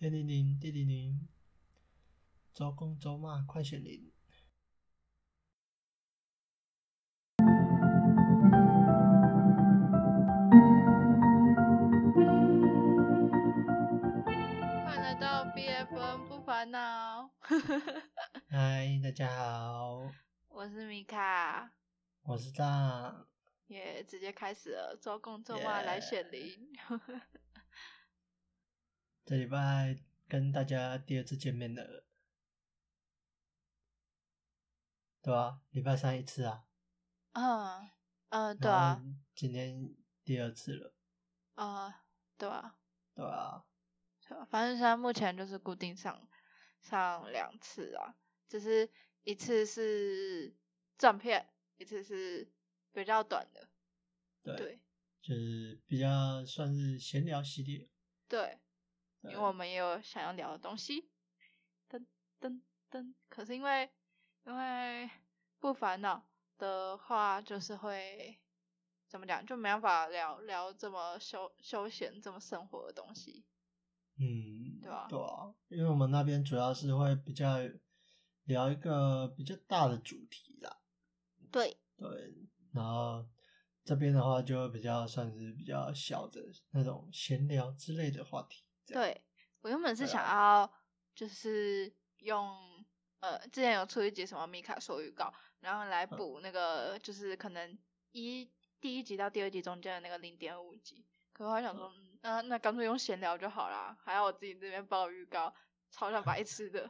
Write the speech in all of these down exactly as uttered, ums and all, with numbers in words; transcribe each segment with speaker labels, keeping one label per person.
Speaker 1: 天灵灵，地灵灵，周公周骂快显灵。
Speaker 2: 欢迎来到 B F N 不烦恼。
Speaker 1: 嗨，大家好，
Speaker 2: 我是米卡，
Speaker 1: 我是大，
Speaker 2: 也、yeah, 直接开始了，周公周骂来显灵。
Speaker 1: Yeah 这礼拜跟大家第二次见面了，对啊，礼拜三一次啊，
Speaker 2: 嗯嗯，对
Speaker 1: 然后
Speaker 2: 啊，
Speaker 1: 今天第二次了，
Speaker 2: 啊、嗯，对啊，
Speaker 1: 对啊，
Speaker 2: 对啊，反正现在目前就是固定上上两次啊，只是一次是正片，一次是比较短的，
Speaker 1: 对，
Speaker 2: 对
Speaker 1: 就是比较算是闲聊系列，
Speaker 2: 对，
Speaker 1: 对
Speaker 2: 因为我们也有想要聊的东西，噔噔噔，可是因为因为不烦恼的话，就是会怎么讲，就没办法聊聊这么休休闲、这么生活的东西，
Speaker 1: 嗯，
Speaker 2: 对吧？
Speaker 1: 对啊，因为我们那边主要是会比较聊一个比较大的主题啦，
Speaker 2: 对
Speaker 1: 对，然后这边的话就会比较算是比较小的那种闲聊之类的话题。
Speaker 2: 对，我原本是想
Speaker 1: 对
Speaker 2: 要就是用呃之前有出一集什么米卡说预告，然后来补那个就是可能一第一集到第二集中间的那个零点五集。可我还想说，嗯，呃、那干脆用闲聊就好啦，还要我自己这边报预告，超像白痴的，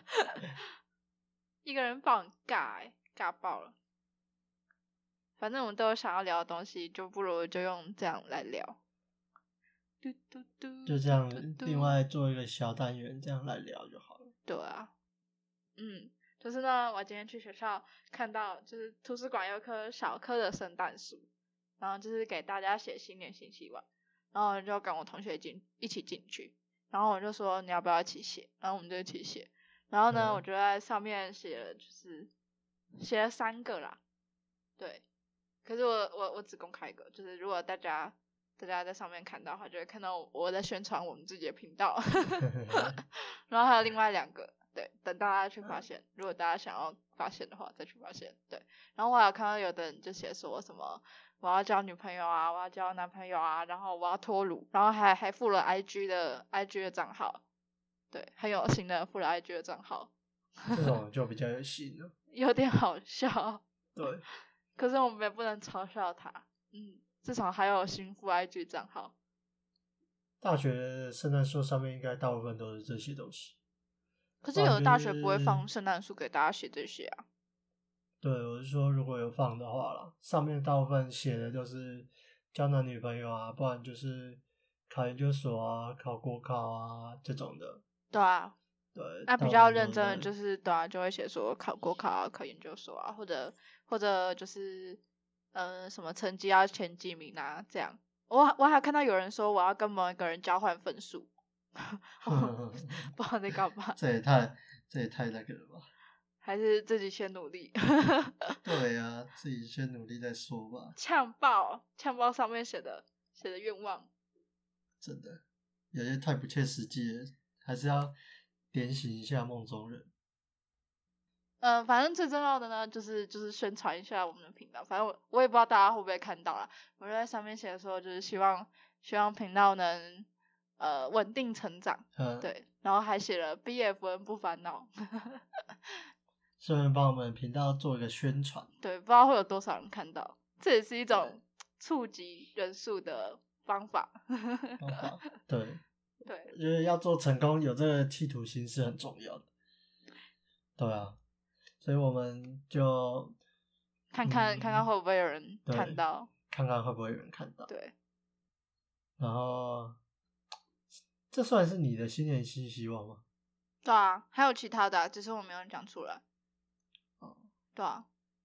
Speaker 2: 一个人报很尬欸，尬爆了。反正我们都有想要聊的东西，就不如就用这样来聊。嘟嘟嘟，
Speaker 1: 就这样
Speaker 2: 嘟嘟嘟
Speaker 1: 另外做一个小单元，这样来聊就好了。
Speaker 2: 对啊，嗯，就是呢，我今天去学校看到，就是图书馆有棵小棵的圣诞树，然后就是给大家写新年新希望，然后我就跟我同学进一起进去，然后我就说你要不要一起写，然后我们就一起写，然后呢，
Speaker 1: 嗯、
Speaker 2: 我就在上面写了，就是写了三个啦，对，可是我我我只公开一个，就是如果大家大家在上面看到的话，就会看到我在宣传我们自己的频道，然后还有另外两个。对，等大家去发现，如果大家想要发现的话，再去发现。对，然后我还有看到有的人就写说什么我要交女朋友啊，我要交男朋友啊，然后我要脱乳，然后还还附了 I G 的 I G 的账号，对，很有心的附了 I G 的账号，
Speaker 1: 这种就比较有心了。
Speaker 2: 有点好笑。
Speaker 1: 对，
Speaker 2: 可是我们也不能嘲笑他，嗯，至少还有心附 I G 账号。
Speaker 1: 大学的圣诞树上面应该大部分都是这些东西。
Speaker 2: 可是有的大学不会放圣诞树给大家写这些啊。
Speaker 1: 对，我是说如果有放的话啦，上面大部分写的都是交男女朋友啊，不然就是考研究所啊、考国考啊这种的。
Speaker 2: 对啊，
Speaker 1: 对，
Speaker 2: 那比较认真的就是对啊，就会写说考国考啊、考研究所啊，或者或者就是呃什么成绩要前几名啊这样。我我还看到有人说我要跟某一个人交换分数。不知道在干嘛，
Speaker 1: 这也太这也太那个了吧？
Speaker 2: 还是自己先努力？
Speaker 1: 对啊，自己先努力再说吧。
Speaker 2: 呛爆，呛爆上面写的写的愿望，
Speaker 1: 真的有些太不切实际了，还是要点醒一下梦中人。
Speaker 2: 嗯、呃，反正最重要的呢，就是就是宣传一下我们的频道。反正我我也不知道大家会不会看到啦，我就在上面写说，就是希望希望频道能呃稳定成长，
Speaker 1: 嗯，
Speaker 2: 对，然后还写了 B F N 不烦恼，
Speaker 1: 顺便帮我们频道做一个宣传。
Speaker 2: 对，不知道会有多少人看到，这也是一种触及人数的方法。
Speaker 1: 方法，对
Speaker 2: 对，
Speaker 1: 我觉得要做成功，有这个企图心是很重要的。对啊，所以我们就
Speaker 2: 看看、
Speaker 1: 嗯、
Speaker 2: 看看会不会有人看到，
Speaker 1: 看看会不会有人看到。
Speaker 2: 对，
Speaker 1: 然后这算是你的新年新希望吗？
Speaker 2: 对啊，还有其他的、啊，只是我没有讲出来。
Speaker 1: 哦，
Speaker 2: 对啊，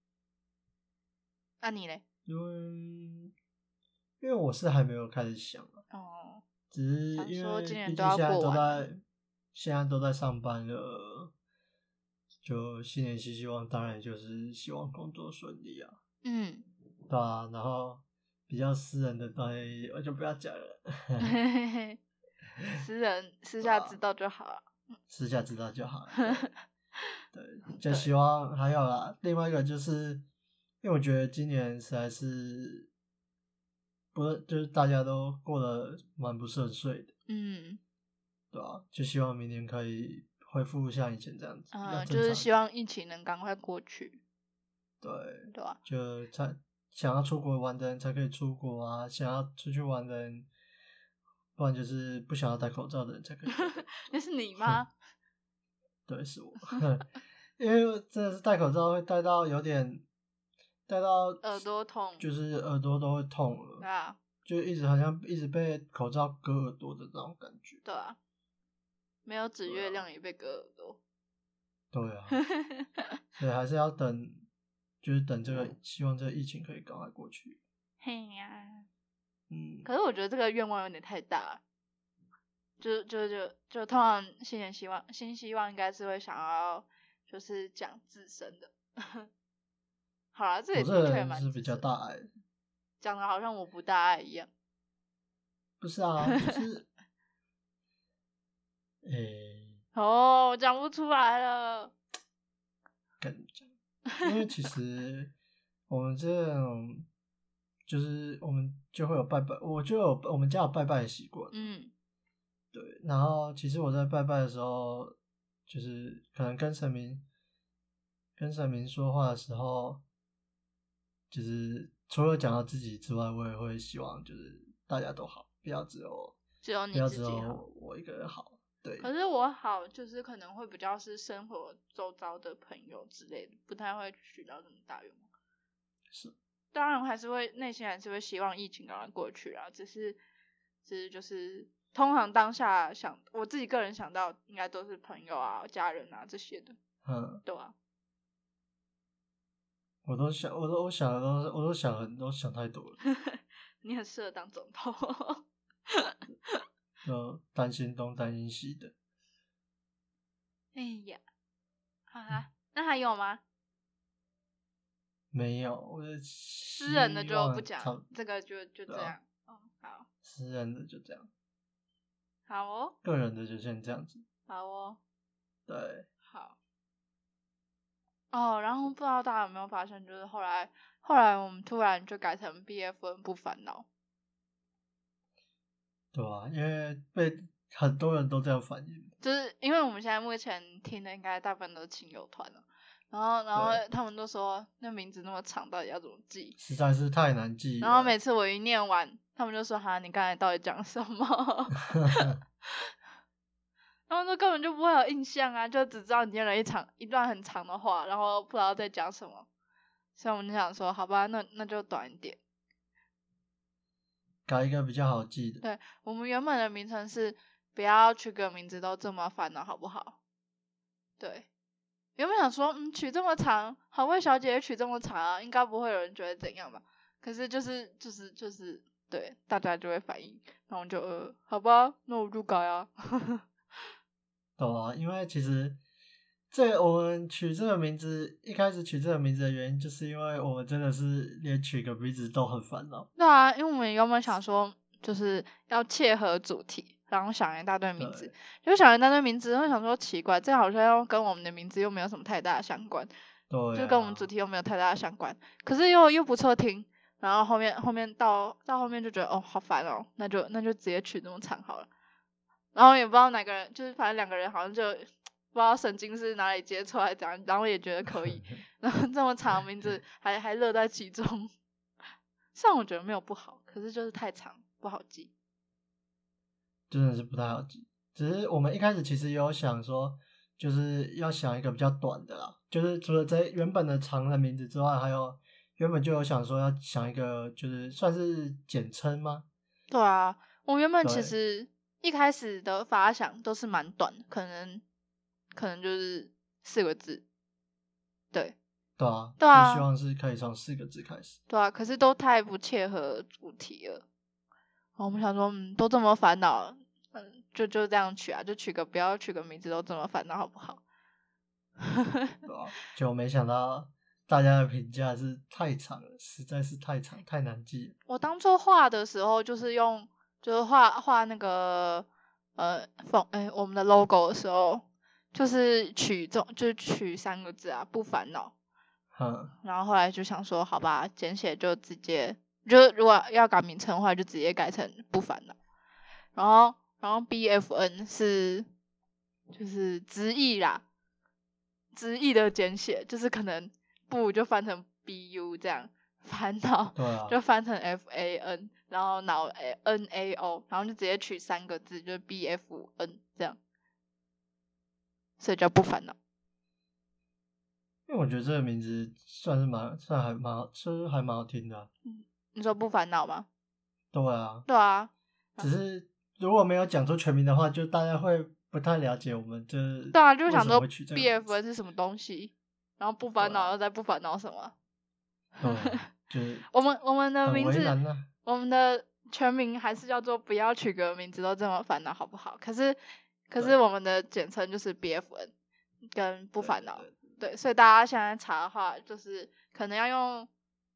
Speaker 2: 那、啊、你嘞？
Speaker 1: 因为因为我是还没有开始想啊，
Speaker 2: 哦，
Speaker 1: 只是因为
Speaker 2: 今年
Speaker 1: 毕竟现在都
Speaker 2: 都
Speaker 1: 在现在都在上班了，就新年新希望，当然就是希望工作顺利啊。
Speaker 2: 嗯，
Speaker 1: 对啊，然后比较私人的东西我就不要讲了。
Speaker 2: 私人私下知道就好了，
Speaker 1: 私下知道就好了。对，对就希望还有啦。另外一个就是，因为我觉得今年实在是不是，就是大家都过得蛮不顺遂的。
Speaker 2: 嗯，
Speaker 1: 对啊，就希望明年可以恢复像以前这样子，比较
Speaker 2: 嗯，
Speaker 1: 正常。
Speaker 2: 就是希望疫情能赶快过去。
Speaker 1: 对，
Speaker 2: 对吧？
Speaker 1: 就才想要出国玩的人才可以出国啊，想要出去玩的人，不然就是不想要戴口罩的人才可以戴口罩。
Speaker 2: 那是你吗？
Speaker 1: 对，是我，因为真的是戴口罩会戴到有点戴到
Speaker 2: 耳朵痛，
Speaker 1: 就是耳朵都会痛了。
Speaker 2: 对啊，
Speaker 1: 就一直好像一直被口罩割耳朵的那种感觉。
Speaker 2: 对啊，没有指月亮也被割耳朵。
Speaker 1: 对啊，所以还是要等，就是等这个，希望这个疫情可以赶快过去。
Speaker 2: 嘿呀，
Speaker 1: 嗯。
Speaker 2: 可是我觉得这个愿望有点太大了，就就就就通常新年希望新希望应该是会想要就是讲自身的。好啦，这也
Speaker 1: 我这个
Speaker 2: 的确蛮
Speaker 1: 人是比较大爱的，
Speaker 2: 讲的好像我不大爱一样。
Speaker 1: 不是啊，就是诶、欸，
Speaker 2: 哦，我讲不出来了。
Speaker 1: 跟你讲，因为其实我们这种就是我们就会有拜拜，我就有我们家有拜拜的习惯。
Speaker 2: 嗯，
Speaker 1: 对，然后其实我在拜拜的时候，就是可能跟神明跟神明说话的时候，就是除了讲到自己之外，我也会希望就是大家都好，不要只有
Speaker 2: 只有你
Speaker 1: 不要只
Speaker 2: 自己好。
Speaker 1: 有我一个人好。对，
Speaker 2: 可是我好就是可能会比较是生活周遭的朋友之类的，不太会许到这么大愿望。
Speaker 1: 是，
Speaker 2: 当然还是会内心还是会希望疫情赶快过去啊，只是只是就是通常当下想我自己个人想到应该都是朋友啊、家人啊这些的。
Speaker 1: 嗯，
Speaker 2: 对啊。
Speaker 1: 我都想，我都我想的都是，我都想很都想太多了。
Speaker 2: 你很适合当总统。
Speaker 1: 就担心东担心西的。
Speaker 2: 哎呀，好啦，那还有吗？
Speaker 1: 没有，我的
Speaker 2: 私人的就不讲，这个就就这样。哦，好。
Speaker 1: 私人的就这样。
Speaker 2: 好哦。
Speaker 1: 个人的就先这样子。
Speaker 2: 好哦。
Speaker 1: 对。
Speaker 2: 好。哦，然后不知道大家有没有发现，就是后来后来我们突然就改成毕业分不烦恼。
Speaker 1: 对啊，因为被很多人都这样反映，
Speaker 2: 就是因为我们现在目前听的应该大部分都是亲友团了，然后然后他们都说那名字那么长，到底要怎么记？
Speaker 1: 实在是太难记了。
Speaker 2: 然后每次我一念完，他们就说哈，你刚才到底讲什么？他们说根本就不会有印象啊，就只知道你念了一长一段很长的话，然后不知道在讲什么。所以我们就想说，好吧，那那就短一点，
Speaker 1: 改一个比较好记的。
Speaker 2: 对，我们原本的名称是不要取个名字都这么烦恼，好不好？对，原本想说，嗯，取这么长，好味小姐也取这么长啊，应该不会有人觉得怎样吧？可是就是就是就是对，大家就会反应，然后我就呃，好吧，那我就改啊。
Speaker 1: 懂啊，因为其实这我们取这个名字，一开始取这个名字的原因，就是因为我们真的是连取个名字都很烦恼。
Speaker 2: 对啊，因为我们原本想说就是要切合主题，然后想一大堆名字，就想一大堆名字，然后想说奇怪，这好像跟我们的名字又没有什么太大的相关，
Speaker 1: 对啊，
Speaker 2: 就跟我们主题又没有太大的相关，可是又又不错听，然后后面后面到到后面就觉得哦好烦哦，那就那就直接取这么长好了，然后也不知道哪个人，就是反正两个人好像就不知道神经是哪里接出来这样，然后也觉得可以，然后这么长的名字还还乐在其中，虽然我觉得没有不好，可是就是太长不好记，
Speaker 1: 真的是不太好记。只是我们一开始其实也有想说，就是要想一个比较短的啦，就是除了这原本的长的名字之外，还有原本就有想说要想一个就是算是简称吗？
Speaker 2: 对啊，我原本其实一开始的发想都是蛮短的，可能可能就是四个字，对。
Speaker 1: 对啊，
Speaker 2: 对啊，
Speaker 1: 就希望是可以从四个字开始。
Speaker 2: 对啊，可是都太不切合主题了。我们想说，嗯，都这么烦恼，嗯，就就这样取啊，就取个不要取个名字都这么烦恼，好不好？
Speaker 1: 对啊，就没想到大家的评价是太长了，实在是太长太难记了。
Speaker 2: 我当初画的时候就是用，就是画画那个呃风哎我们的 logo 的时候，就是取这种就是取三个字啊，不烦恼。
Speaker 1: 嗯，
Speaker 2: 然后后来就想说，好吧，简写就直接就如果要改名称的话，就直接改成不烦恼。然后然后 B F N 是就是直译啦，直译的简写就是可能不就翻成 B U 这样，烦恼
Speaker 1: 对啊，
Speaker 2: 就翻成 F A N， 然后脑 N A O， 然后就直接取三个字，就是 B F N 这样，所以叫不烦恼。
Speaker 1: 因为我觉得这个名字算是蛮算还蛮好，是还蛮好听的啊、
Speaker 2: 嗯，你说不烦恼吗？
Speaker 1: 对啊，
Speaker 2: 对啊，
Speaker 1: 只是如果没有讲出全名的话，就大家会不太了解我们这
Speaker 2: 对啊，就
Speaker 1: 为
Speaker 2: 想说
Speaker 1: 什么会取这个
Speaker 2: B
Speaker 1: 名
Speaker 2: F
Speaker 1: 字。
Speaker 2: N 是什么东西，然后不烦恼又在不烦恼什么？
Speaker 1: 对啊，就是
Speaker 2: 我们我们的
Speaker 1: 很
Speaker 2: 名字，
Speaker 1: 为难呢、啊。
Speaker 2: 我们的全名还是叫做不要取个名字都这么烦恼，好不好？可是可是
Speaker 1: 对
Speaker 2: 我们的简称就是 B F N 跟不
Speaker 1: 对
Speaker 2: 烦恼，
Speaker 1: 对
Speaker 2: 对，所以大家现在查的话，就是可能要用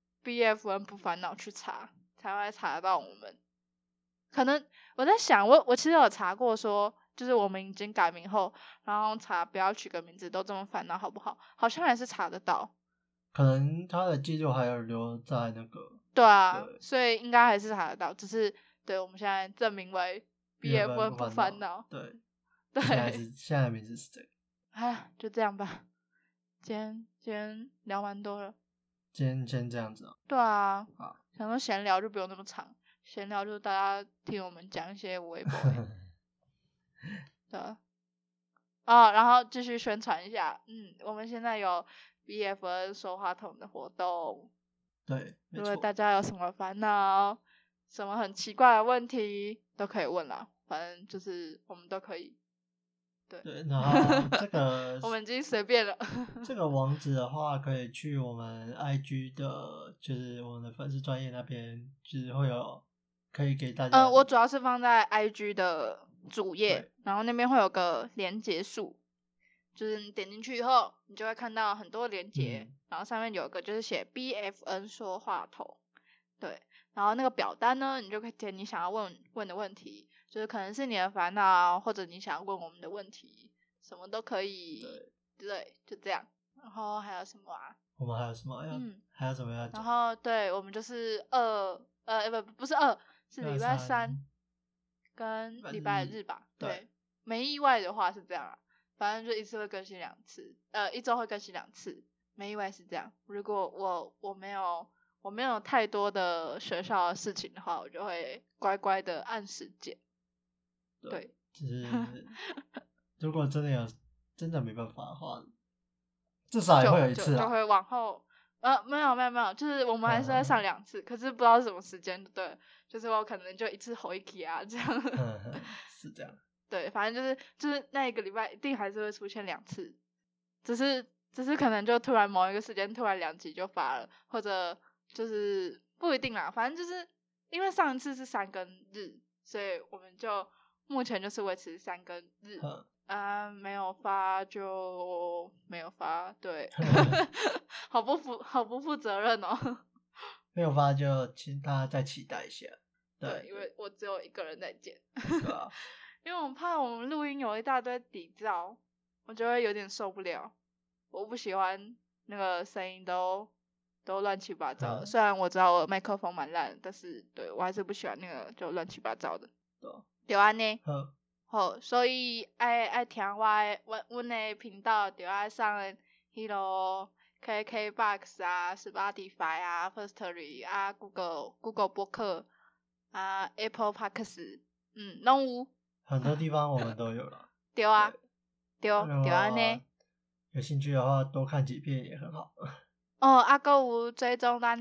Speaker 2: B F N 不烦恼去查，才会查得到我们。可能我在想，我我其实有查过说，就是我们已经改名后，然后查不要取个名字都这么烦恼，好不好？好像还是查得到。
Speaker 1: 可能他的记录还有留在那个
Speaker 2: 对啊，
Speaker 1: 对
Speaker 2: 所以应该还是查得到，只是对我们现在证明为 B F N 不
Speaker 1: 不
Speaker 2: 烦恼。
Speaker 1: 对，
Speaker 2: 对，
Speaker 1: 现在是现在的名字是这个。
Speaker 2: 哎，就这样吧。今天今天聊蛮多了。
Speaker 1: 今天先这样子哦。
Speaker 2: 对啊，
Speaker 1: 好，
Speaker 2: 想说闲聊就不用那么长，闲聊就是大家听我们讲一些微博。对啊，哦，然后继续宣传一下，嗯，我们现在有 B F N 收话筒的活动，
Speaker 1: 对，没
Speaker 2: 如果
Speaker 1: 错。
Speaker 2: 大家有什么烦恼、什么很奇怪的问题，都可以问啦，反正就是我们都可以。对，
Speaker 1: 对，然后这个
Speaker 2: 我们已经随便了。
Speaker 1: 这个网址的话，可以去我们 I G 的，就是我们的粉丝专页那边，就是会有可以给大家。
Speaker 2: 嗯，我主要是放在 I G 的主页
Speaker 1: 对，
Speaker 2: 然后那边会有个连结数，就是你点进去以后，你就会看到很多连结，
Speaker 1: 嗯，
Speaker 2: 然后上面有一个就是写 B F N 说话筒，对，然后那个表单呢，你就可以填你想要问问的问题，就是可能是你的烦恼，或者你想要问我们的问题，什么都可以，
Speaker 1: 对，
Speaker 2: 对，就这样。然后还有什么啊？
Speaker 1: 我们还有什么要？
Speaker 2: 嗯，
Speaker 1: 还有什么要
Speaker 2: 然
Speaker 1: 讲？
Speaker 2: 后对我们就是二呃不不是二，是礼拜三跟礼拜日吧？
Speaker 1: 对，
Speaker 2: 对，没意外的话是这样啊，反正就一次会更新两次，呃，一周会更新两次，没意外是这样。如果我我没有我没有太多的学校的事情的话，我就会乖乖的按时间。对，
Speaker 1: 就是如果真的有真的没办法的话，至少也会有一次啊。
Speaker 2: 就就就会往后。呃，没有没有没有，就是我们还是会上两次，可是不知道是什么时间，对，就是我可能就一次吼一期啊这样。
Speaker 1: 是这样。
Speaker 2: 对，反正就是就是那一个礼拜一定还是会出现两次，只是只是可能就突然某一个时间突然两集就发了，或者就是不一定啦，反正就是因为上一次是三更日，所以我们就目前就是维持三更日。啊，没有发就没有发，对，好不负好不负责任哦。
Speaker 1: 没有发就请大家再期待一下。对，
Speaker 2: 对，因为我只有一个人在剪。
Speaker 1: 对啊，
Speaker 2: 因为我怕我们录音有一大堆底噪，我就会有点受不了。我不喜欢那个声音都都乱七八糟的。
Speaker 1: 嗯
Speaker 2: 虽然我知道我麦克风蛮烂的，但是对我还是不喜欢那个就乱七八糟的。
Speaker 1: 对，
Speaker 2: 就安呢。
Speaker 1: 好，
Speaker 2: 好，所以爱爱听我的阮阮的频道，就爱上迄落 K K box 啊、Spotify 啊、Firstory 啊、Google Google 播客啊、Apple Podcast， 嗯，拢有。
Speaker 1: 很多地方我们都有了。
Speaker 2: 对啊，对
Speaker 1: 对
Speaker 2: 对安尼。
Speaker 1: 有兴趣的话，多看几遍也很好。
Speaker 2: 哦，啊，还有追踪咱的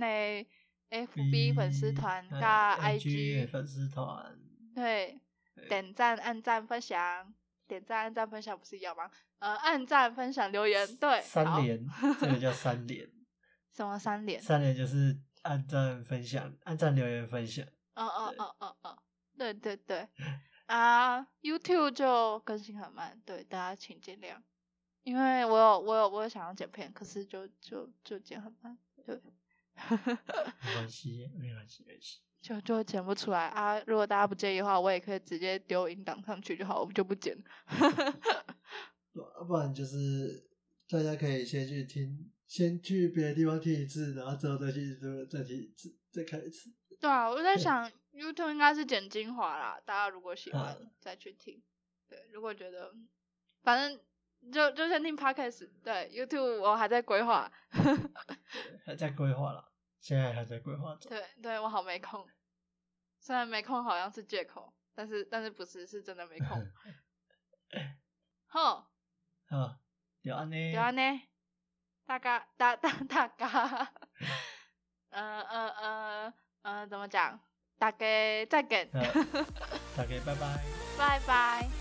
Speaker 2: F B 粉丝团甲 I G
Speaker 1: 粉丝团，
Speaker 2: 对，点赞、按赞、分享，点赞、按赞、分享不是一样吗？呃，按赞、分享、留言，对，
Speaker 1: 三连，这个叫三连。
Speaker 2: 什么三连？
Speaker 1: 三连就是按赞、分享、按赞、留言、分享。
Speaker 2: 哦哦哦哦哦，对对对。啊 ，YouTube 就更新很慢，对，大家请见谅。因为我有我有我有想要剪片，可是就就就剪很慢，对。
Speaker 1: 没关系，没关系，没关系。
Speaker 2: 就就剪不出来啊。如果大家不介意的话，我也可以直接丢音档上去就好，我就不剪。
Speaker 1: 不然就是大家可以先去听，先去别的地方听一次，然后之后再去再听一次，再看一次。
Speaker 2: 对啊，我在想 YouTube 应该是剪精华啦，大家如果喜欢、嗯、再去听。对，如果觉得反正就就先听 Podcast。对 YouTube 我还在规划，
Speaker 1: 还在规划啦，现在还在规划中。
Speaker 2: 对对，我好没空，虽然没空好像是借口，但是但是不是是真的没空。好，
Speaker 1: 好，就安尼，
Speaker 2: 就安尼，大家大大大家，呃呃呃呃，怎么讲？大家再见，
Speaker 1: 大家拜拜，
Speaker 2: 拜拜。